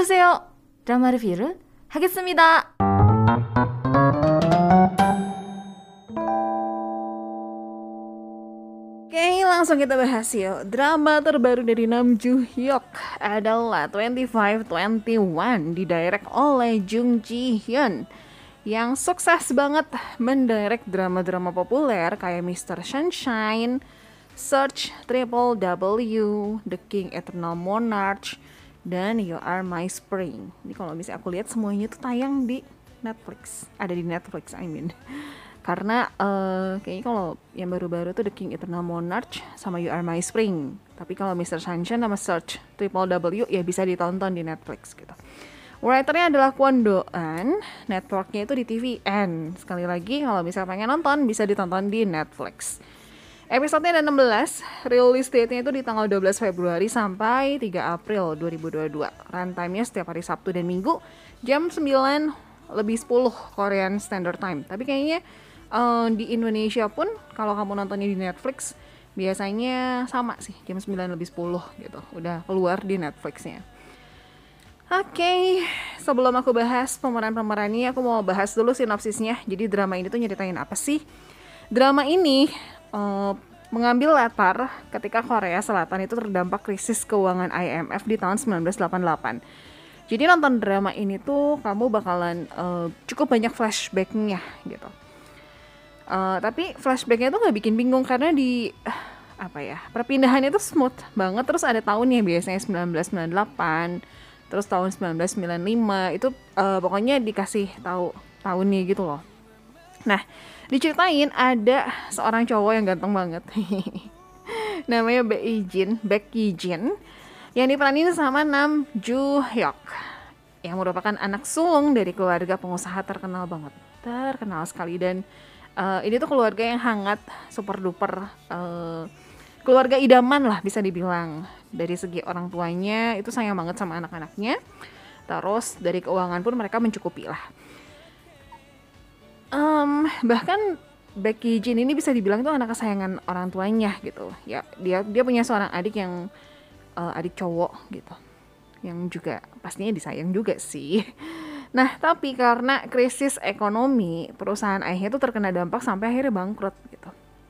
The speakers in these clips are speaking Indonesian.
안녕하세요. 드라마 리뷰를 하겠습니다. Oke, langsung kita bahas yuk. Drama terbaru dari Nam Joo Hyuk adalah 2521, didirect oleh Jung Ji Hyun yang sukses banget mendirect drama-drama populer kayak Mr. Sunshine, Search, Triple W, The King Eternal Monarch, dan You Are My Spring. Ini kalau misalnya aku lihat semuanya tuh tayang di Netflix, ada di Netflix I mean. Karena kayaknya kalau yang baru-baru tuh The King Eternal Monarch sama You Are My Spring. Tapi kalau Mr. Sunshine sama Search Triple W ya bisa ditonton di Netflix gitu. Writernya adalah Kwon Do-an, networknya itu di TVN. Sekali lagi kalau misalnya pengen nonton bisa ditonton di Netflix. Episodenya ada 16, release date-nya itu di tanggal 12 Februari sampai 3 April 2022. Runtime-nya setiap hari Sabtu dan Minggu jam 9:10 Korean Standard Time. Tapi kayaknya di Indonesia pun kalau kamu nontonnya di Netflix biasanya sama sih, jam 9:10 gitu. Udah keluar di Netflixnya. Oke, sebelum aku bahas pemeran-pemerannya, aku mau bahas dulu sinopsisnya. Jadi drama ini tuh nyeritain apa sih? Drama ini mengambil latar ketika Korea Selatan itu terdampak krisis keuangan IMF di tahun 1988. Jadi nonton drama ini tuh kamu bakalan cukup banyak flashbacknya gitu. Tapi flashbacknya tuh nggak bikin bingung karena di perpindahannya tuh smooth banget. Terus ada tahunnya biasanya 1998, terus tahun 1995 itu pokoknya dikasih tahu tahunnya gitu loh. Nah, diceritain ada seorang cowok yang ganteng banget. Namanya Baek Hee-jin yang diperanin sama Nam Joo Hyuk yang merupakan anak sulung dari keluarga pengusaha terkenal sekali. Dan ini tuh keluarga yang hangat, super duper keluarga idaman lah bisa dibilang. Dari segi orang tuanya itu sayang banget sama anak-anaknya, terus dari keuangan pun mereka mencukupi lah. Bahkan Baek Hee-jin ini bisa dibilang tuh anak kesayangan orang tuanya gitu. Ya dia punya seorang adik yang adik cowok gitu, yang juga pastinya disayang juga sih. Nah, tapi karena krisis ekonomi, perusahaan ayahnya tuh terkena dampak sampai akhirnya bangkrut gitu.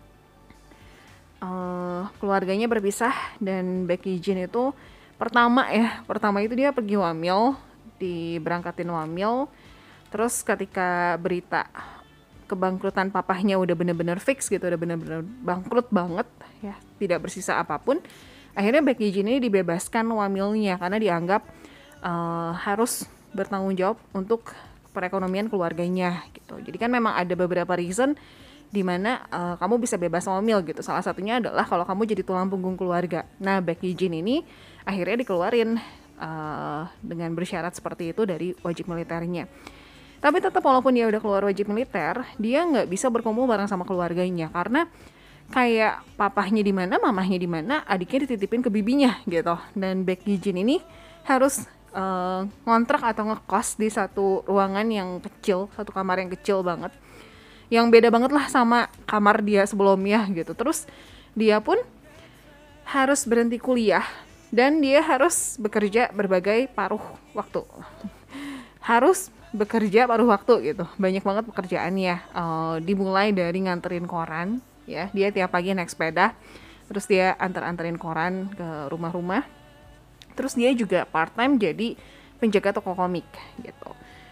Keluarganya berpisah dan Baek Hee-jin itu pertama itu dia pergi wamil, diberangkatin wamil. Terus ketika berita kebangkrutan papahnya udah bener-bener fix gitu, udah bener-bener bangkrut banget ya, tidak bersisa apapun, akhirnya Baek Hee-jin ini dibebaskan wamilnya karena dianggap harus bertanggung jawab untuk perekonomian keluarganya gitu. Jadi kan memang ada beberapa reason di mana kamu bisa bebas wamil gitu. Salah satunya adalah kalau kamu jadi tulang punggung keluarga. Nah, Baek Hee-jin ini akhirnya dikeluarin dengan bersyarat seperti itu dari wajib militernya. Tapi tetap walaupun dia udah keluar wajib militer, dia nggak bisa berkumpul bareng sama keluarganya karena kayak papahnya di mana, mamahnya di mana, adiknya dititipin ke bibinya gitu. Dan Baek Hee-jin ini harus ngontrak atau ngekos di satu ruangan yang kecil, satu kamar yang kecil banget, yang beda banget lah sama kamar dia sebelumnya gitu. Terus dia pun harus berhenti kuliah dan dia harus bekerja berbagai paruh waktu. Harus bekerja paruh waktu gitu, banyak banget pekerjaannya. Dimulai dari nganterin koran ya, dia tiap pagi naik sepeda, terus dia anterin koran ke rumah-rumah. Terus dia juga part time jadi penjaga toko komik gitu.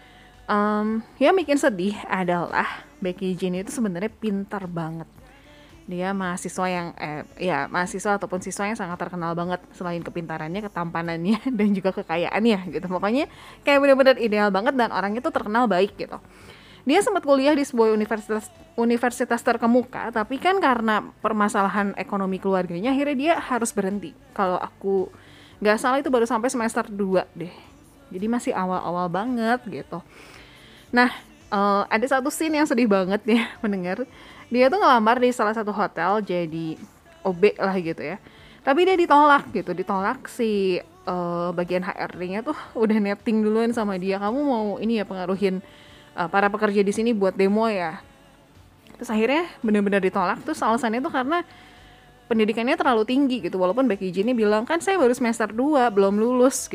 Yang bikin sedih adalah Baek Hee-jin itu sebenarnya pintar banget. Dia mahasiswa yang mahasiswa ataupun siswa yang sangat terkenal banget, selain kepintarannya, ketampanannya, dan juga kekayaannya gitu. Pokoknya kayak benar-benar ideal banget dan orangnya tuh terkenal baik gitu. Dia sempat kuliah di sebuah universitas terkemuka, tapi kan karena permasalahan ekonomi keluarganya akhirnya dia harus berhenti. Kalau aku nggak salah itu baru sampai semester 2 deh. Jadi masih awal-awal banget gitu. Nah, ada satu scene yang sedih banget ya mendengar. Dia tuh ngelamar di salah satu hotel jadi OB lah gitu ya. Tapi dia ditolak si bagian HRD-nya tuh udah netting duluan sama dia. Kamu mau ini ya pengaruhin para pekerja di sini buat demo ya. Terus akhirnya benar-benar ditolak. Terus alasannya tuh karena pendidikannya terlalu tinggi gitu. Walaupun Baek Hee-jin ini bilang kan saya baru semester 2 belum lulus gitu.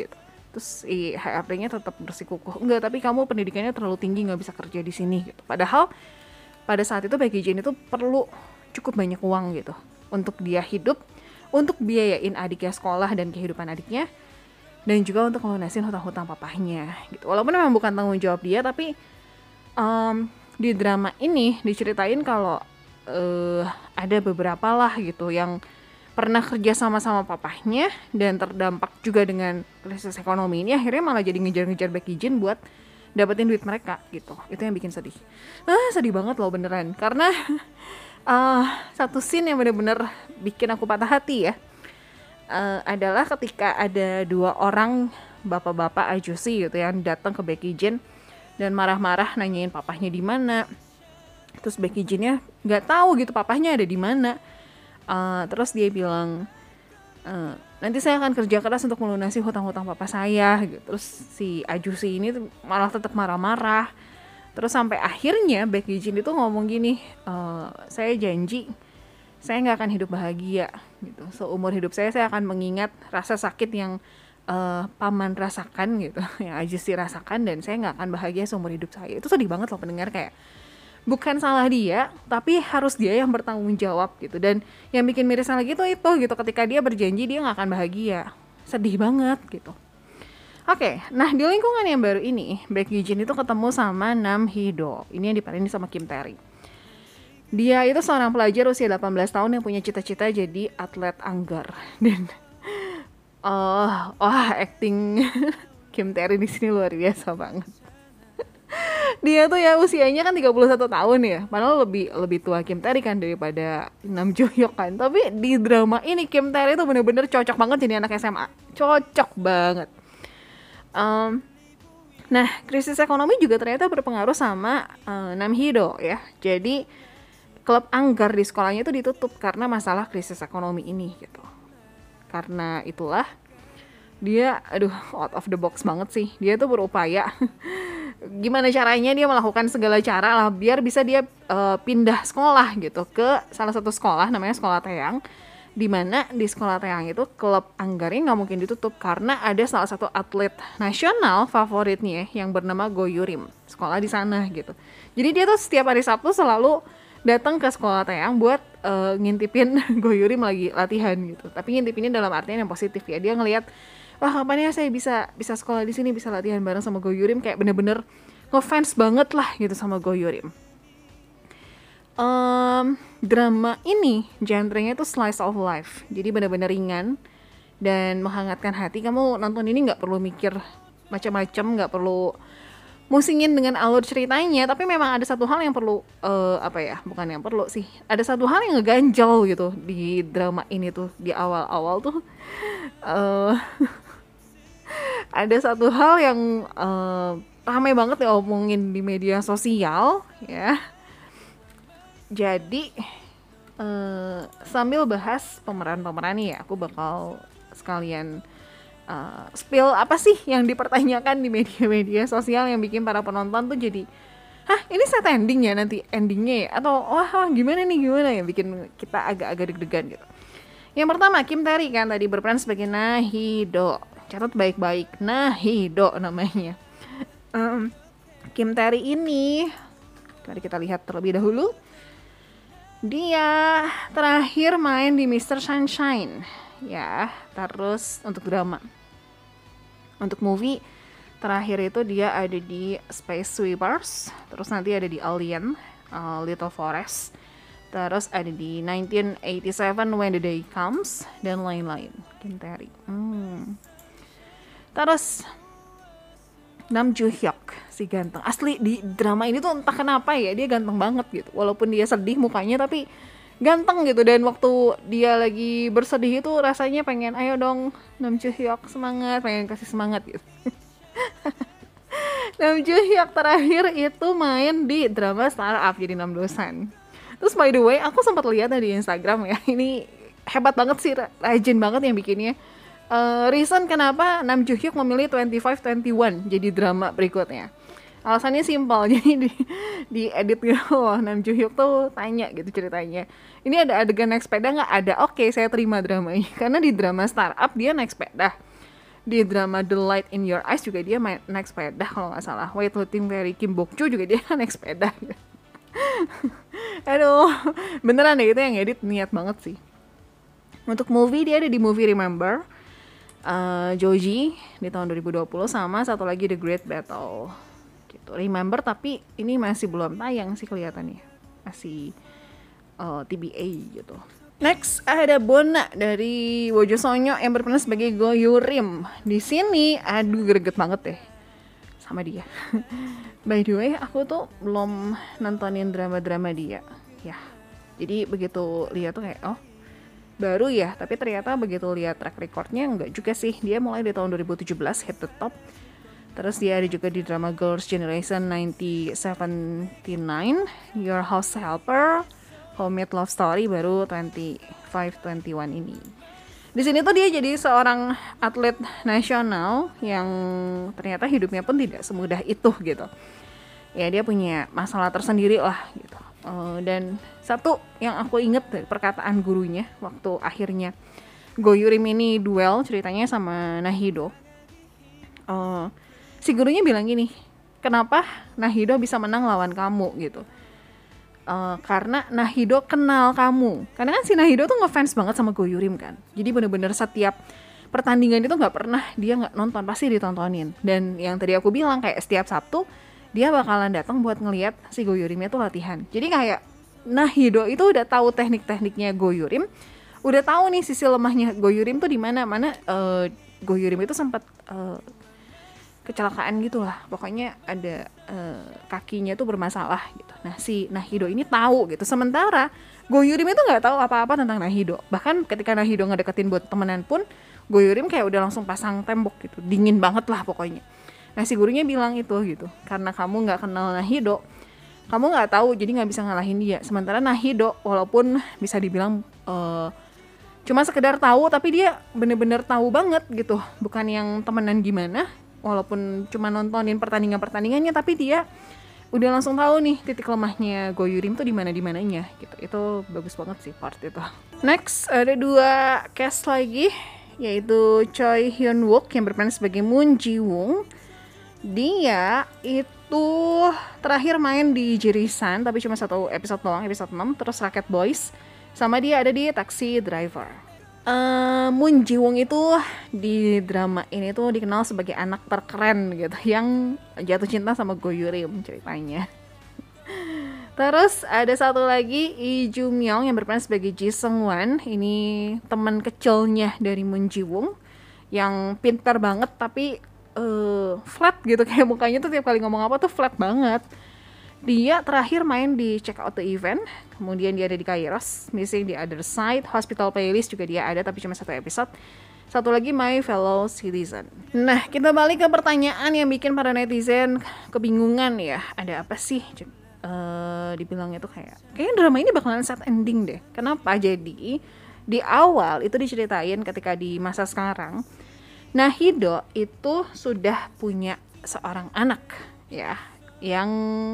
Terus si HRD-nya tetap bersikukuh, enggak, tapi kamu pendidikannya terlalu tinggi, nggak bisa kerja di sini gitu. Padahal pada saat itu Becky Jean itu perlu cukup banyak uang gitu untuk dia hidup, untuk biayain adiknya sekolah dan kehidupan adiknya, dan juga untuk ngelunasin hutang-hutang papahnya gitu. Walaupun memang bukan tanggung jawab dia, tapi di drama ini diceritain kalau ada beberapa lah gitu yang pernah kerja sama-sama papahnya dan terdampak juga dengan krisis ekonomi ini, akhirnya malah jadi ngejar-ngejar Becky Jean buat dapetin duit mereka gitu. Itu yang bikin sedih. Sedih banget loh beneran, karena satu scene yang bener-bener bikin aku patah hati ya, adalah ketika ada dua orang bapak-bapak ajusi gitu yang datang ke Becky Jean dan marah-marah nanyain papahnya di mana. Terus Becky Jean-nya nggak tahu gitu papahnya ada di mana. Terus dia bilang, nanti saya akan kerja keras untuk melunasi hutang-hutang papa saya gitu. Terus si ajusi ini tuh malah tetap marah-marah. Terus sampai akhirnya Becky Jean itu ngomong gini, saya janji saya nggak akan hidup bahagia gitu. Seumur hidup saya akan mengingat rasa sakit yang paman rasakan gitu, yang ajusi rasakan, dan saya nggak akan bahagia seumur hidup saya. Itu sedih banget loh pendengar, kayak bukan salah dia, tapi harus dia yang bertanggung jawab gitu. Dan yang bikin mirisnya lagi tuh itu gitu, ketika dia berjanji dia nggak akan bahagia, sedih banget gitu. Oke, nah di lingkungan yang baru ini, Becky Jean itu ketemu sama Nam Hee-do. Ini yang diperanin sama Kim Tae-ri. Dia itu seorang pelajar usia 18 tahun yang punya cita-cita jadi atlet anggar. Dan acting Kim Tae-ri di sini luar biasa banget. Dia tuh ya usianya kan 31 tahun ya, padahal lebih tua Kim Tae-ri kan daripada Nam Jo Hyuk kan. Tapi di drama ini Kim Tae-ri tuh bener-bener cocok banget jadi anak SMA, cocok banget. Nah, krisis ekonomi juga ternyata berpengaruh sama Nam Hee-do ya. Jadi klub anggar di sekolahnya itu ditutup karena masalah krisis ekonomi ini gitu. Karena itulah dia out of the box banget sih. Dia tuh berupaya gimana caranya dia melakukan segala cara lah biar bisa dia pindah sekolah gitu ke salah satu sekolah namanya Sekolah Taeyang, di mana di Sekolah Taeyang itu klub anggarnya nggak mungkin ditutup karena ada salah satu atlet nasional favoritnya yang bernama Go Yurim sekolah di sana gitu. Jadi dia tuh setiap hari Sabtu selalu datang ke Sekolah Taeyang buat ngintipin Go Yurim lagi latihan gitu. Tapi ngintipinnya dalam artian yang positif ya. Dia ngelihat, wah kapan ya saya bisa sekolah di sini, bisa latihan bareng sama Go Yurim, kayak bener-bener ngefans banget lah gitu sama Go Yurim. Drama ini genrenya tuh slice of life, jadi bener-bener ringan dan menghangatkan hati. Kamu nonton ini nggak perlu mikir macam-macam, nggak perlu musingin dengan alur ceritanya, tapi memang ada satu hal yang perlu bukan yang perlu sih, ada satu hal yang ngeganjal gitu di drama ini tuh. Di awal-awal tuh ada satu hal yang ramai banget diomongin di media sosial ya. Jadi sambil bahas pemeran-pemeran nih ya, aku bakal sekalian spill apa sih yang dipertanyakan di media-media sosial yang bikin para penonton tuh jadi, ini set ending ya nanti endingnya ya, atau wah gimana ya, bikin kita agak-agak deg-degan gitu. Yang pertama, Kim Tae-ri kan tadi berperan sebagai Na Hee-do. Catat baik-baik, Na Hee-do namanya. Kim Tae-ri ini, mari kita lihat terlebih dahulu. Dia terakhir main di Mr. Sunshine ya, terus untuk drama. Untuk movie terakhir itu dia ada di Space Sweepers, terus nanti ada di Alien, Little Forest, terus ada di 1987 When the Day Comes, dan lain-lain. Kim Tae-ri. Terus Nam Jo Hyuk, si ganteng. Asli di drama ini tuh entah kenapa ya, dia ganteng banget gitu. Walaupun dia sedih mukanya tapi ganteng gitu. Dan waktu dia lagi bersedih itu rasanya pengen, ayo dong Nam Jo Hyuk semangat, pengen kasih semangat gitu. Nam Jo Hyuk terakhir itu main di drama Startup jadi Nam Dosan. Terus by the way, aku sempat lihat di Instagram ya, ini hebat banget sih, rajin banget yang bikinnya. Reason kenapa Nam Jo Hyuk memilih 25-21 jadi drama berikutnya. Alasannya simpel, jadi di edit gitu loh, Nam Jo Hyuk tuh tanya gitu ceritanya, ini ada adegan naik sepeda nggak? Ada, oke, saya terima drama ini. Karena di drama Startup dia naik sepeda, Di drama The Light in Your Eyes juga dia naik sepeda kalau nggak salah. Weightlifting Very Kim Bok-joo juga dia naik sepeda. Aduh, beneran deh, itu yang edit niat banget sih. Untuk movie dia ada di movie Remember, Joji di tahun 2020, sama satu lagi The Great Battle gitu. Remember tapi ini masih belum tayang sih kelihatannya, masih TBA gitu. Next ada Bona dari Wojo Sonyo yang berperan sebagai Go Yurim. Di sini aduh greget banget deh sama dia. By the way, aku tuh belum nontonin drama-drama dia ya. Jadi begitu lihat tuh kayak oh baru ya, tapi ternyata begitu lihat track recordnya enggak juga sih. Dia mulai di tahun 2017 hit the top. Terus dia ada juga di drama Girls' Generation 1979, Your House Helper, Homemade Love Story baru 25-21 ini. Di sini tuh dia jadi seorang atlet nasional yang ternyata hidupnya pun tidak semudah itu gitu. Ya dia punya masalah tersendiri lah gitu. Dan satu yang aku inget dari perkataan gurunya waktu akhirnya Go Yurim ini duel ceritanya sama Nahido. Si gurunya bilang gini, kenapa Nahido bisa menang lawan kamu gitu. Karena Nahido kenal kamu. Karena kan si Nahido tuh ngefans banget sama Go Yurim kan. Jadi bener-bener setiap pertandingan itu gak pernah dia gak nonton, pasti ditontonin. Dan yang tadi aku bilang kayak setiap Sabtu dia bakalan datang buat ngeliat si Go Yurimnya tuh latihan. Jadi kayak Nahido itu udah tahu teknik-tekniknya Go Yurim, udah tahu nih sisi lemahnya Go Yurim tuh di mana. Go Yurim itu sempat kecelakaan gitulah, pokoknya ada kakinya tuh bermasalah gitu. Nah si Nahido ini tahu gitu, sementara Go Yurim itu nggak tahu apa-apa tentang Nahido. Bahkan ketika Nahido ngedeketin buat temenan pun, Go Yurim kayak udah langsung pasang tembok gitu, dingin banget lah pokoknya. Nah si gurunya bilang itu gitu, karena kamu nggak kenal Nahido, kamu nggak tahu, jadi nggak bisa ngalahin dia. Sementara Nahido walaupun bisa dibilang cuma sekedar tahu, tapi dia bener-bener tahu banget gitu, bukan yang temenan gimana. Walaupun cuma nontonin pertandingannya, tapi dia udah langsung tahu nih titik lemahnya Go Yurim tuh di mananya gitu. Itu bagus banget sih part itu. Next ada 2 cast lagi, yaitu Choi Hyun Wook yang berperan sebagai Moon Ji Woong. Dia itu terakhir main di Jirisan tapi cuma 1 episode doang, episode 6. Terus Rocket Boys, sama dia ada di Taxi Driver. Moon Ji Woong itu di drama ini tuh dikenal sebagai anak terkeren gitu, yang jatuh cinta sama Go Yurim ceritanya. Terus ada satu lagi Lee Joo Myung yang berperan sebagai Ji Seung Wan. Ini teman kecilnya dari Moon Ji Woong yang pintar banget tapi flat gitu, kayak mukanya tuh tiap kali ngomong apa tuh flat banget. Dia terakhir main di Check Out the Event, kemudian dia ada di Kairos, Missing the Other Side, Hospital Playlist juga dia ada tapi cuma 1 episode. Satu lagi My Fellow Citizen. Nah kita balik ke pertanyaan yang bikin para netizen kebingungan ya, ada apa sih? Dibilangnya tuh kayaknya drama ini bakalan sad ending deh. Kenapa? Jadi di awal itu diceritain ketika di masa sekarang Nahido itu sudah punya seorang anak ya, yang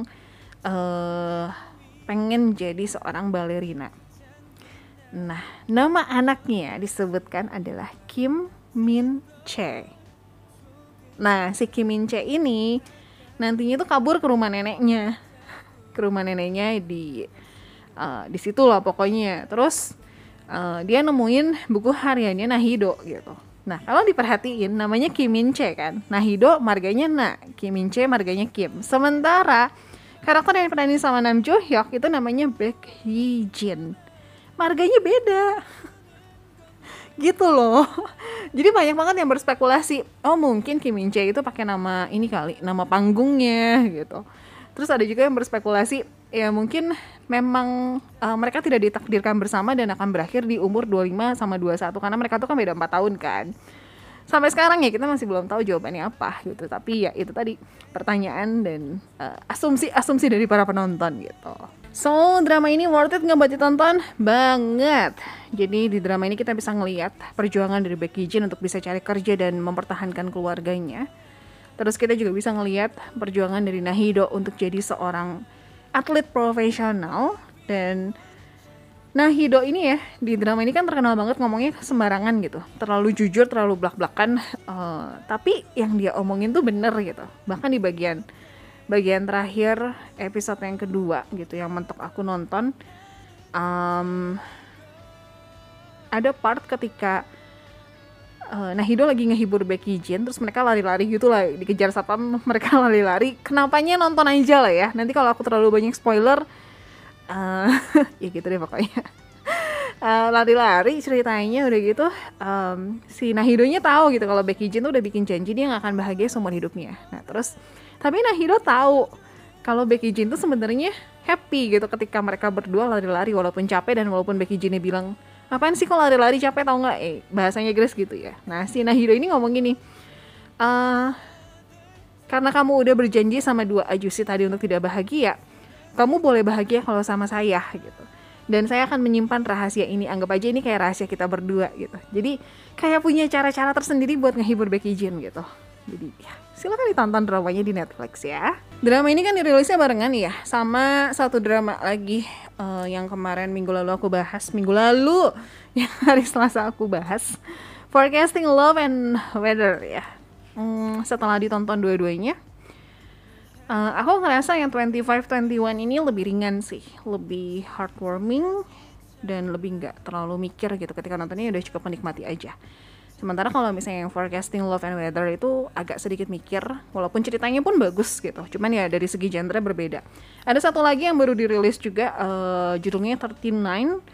pengen jadi seorang balerina. Nah, nama anaknya disebutkan adalah Kim Min Chae. Nah, si Kim Min Chae ini nantinya tuh kabur ke rumah neneknya. Ke rumah neneknya di situ lah pokoknya. Terus dia nemuin buku hariannya Nahido gitu. Nah, kalau diperhatiin namanya Kim Min Chae kan. Nahido marganya Na, Kim Min Chae marganya Kim. Sementara karakter yang diperanin sama Nam Jo Hyuk itu namanya Baek Hee Jin. Marganya beda. Gitu loh. Jadi banyak banget yang berspekulasi, oh mungkin Kim Min Chae itu pakai nama ini kali, nama panggungnya gitu. Terus ada juga yang berspekulasi, ya mungkin memang mereka tidak ditakdirkan bersama dan akan berakhir di umur 25 sama 21 karena mereka tuh kan beda 4 tahun kan. Sampai sekarang ya kita masih belum tahu jawabannya apa gitu. Tapi ya itu tadi pertanyaan dan asumsi dari para penonton gitu. So drama ini worth it nggak buat ditonton? Banget. Jadi di drama ini kita bisa ngelihat perjuangan dari Baek Hee Jin untuk bisa cari kerja dan mempertahankan keluarganya. Terus kita juga bisa ngelihat perjuangan dari Nahido untuk jadi seorang atlet profesional. Dan Nah, Hido ini ya, di drama ini kan terkenal banget ngomongnya sembarangan gitu. Terlalu jujur, terlalu blak-blakan. Tapi yang dia omongin tuh bener gitu. Bahkan di bagian terakhir episode yang kedua gitu, yang mentok aku nonton, ada part ketika Nahido lagi ngehibur Becky Jin, terus mereka lari-lari gitu lah, dikejar satpam, mereka lari-lari. Kenapanya nonton aja lah ya. Nanti kalau aku terlalu banyak spoiler, ya gitu deh pokoknya. Lari-lari ceritanya udah gitu, si Nahidonya tahu gitu kalau Becky Jin tuh udah bikin janji dia nggak akan bahagia seumur hidupnya. Nah terus, tapi Nahido tahu kalau Becky Jin tuh sebenarnya happy gitu ketika mereka berdua lari-lari walaupun capek, dan walaupun Becky Jinnya bilang, apaan sih kalau lari-lari capek tau nggak? Bahasanya Grace gitu ya. Nah si Nahido ini ngomong gini, karena kamu udah berjanji sama dua ajusi tadi untuk tidak bahagia, kamu boleh bahagia kalau sama saya gitu. Dan saya akan menyimpan rahasia ini, anggap aja ini kayak rahasia kita berdua gitu. Jadi kayak punya cara-cara tersendiri buat ngehibur Becky Jin gitu. Jadi ya, silakan ditonton dramanya di Netflix ya. Drama ini kan dirilisnya barengan ya sama satu drama lagi yang kemarin minggu lalu aku bahas, yang hari Selasa aku bahas, Forecasting Love and Weather ya. Setelah ditonton dua-duanya, aku ngerasa yang 25-21 ini lebih ringan sih, lebih heartwarming, dan lebih nggak terlalu mikir gitu ketika nontonnya, udah cukup menikmati aja. Sementara kalau misalnya yang Forecasting Love and Weather itu agak sedikit mikir, walaupun ceritanya pun bagus gitu, cuman ya dari segi genre berbeda. Ada satu lagi yang baru dirilis juga, judulnya 39.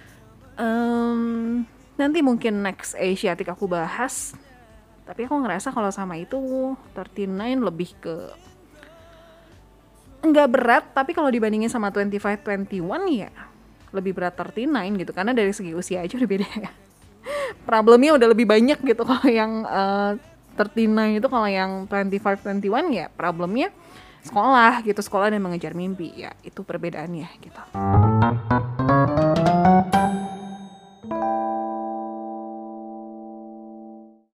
Nanti mungkin next Asiatic aku bahas. Tapi aku ngerasa kalau sama itu 39 lebih ke nggak berat, tapi kalau dibandingin sama 25-21 ya lebih berat 39 gitu, karena dari segi usia aja udah beda ya. Problemnya udah lebih banyak gitu kalau yang 39 itu. Kalau yang 25-21 ya problemnya sekolah gitu, sekolah dan mengejar mimpi ya, itu perbedaannya gitu.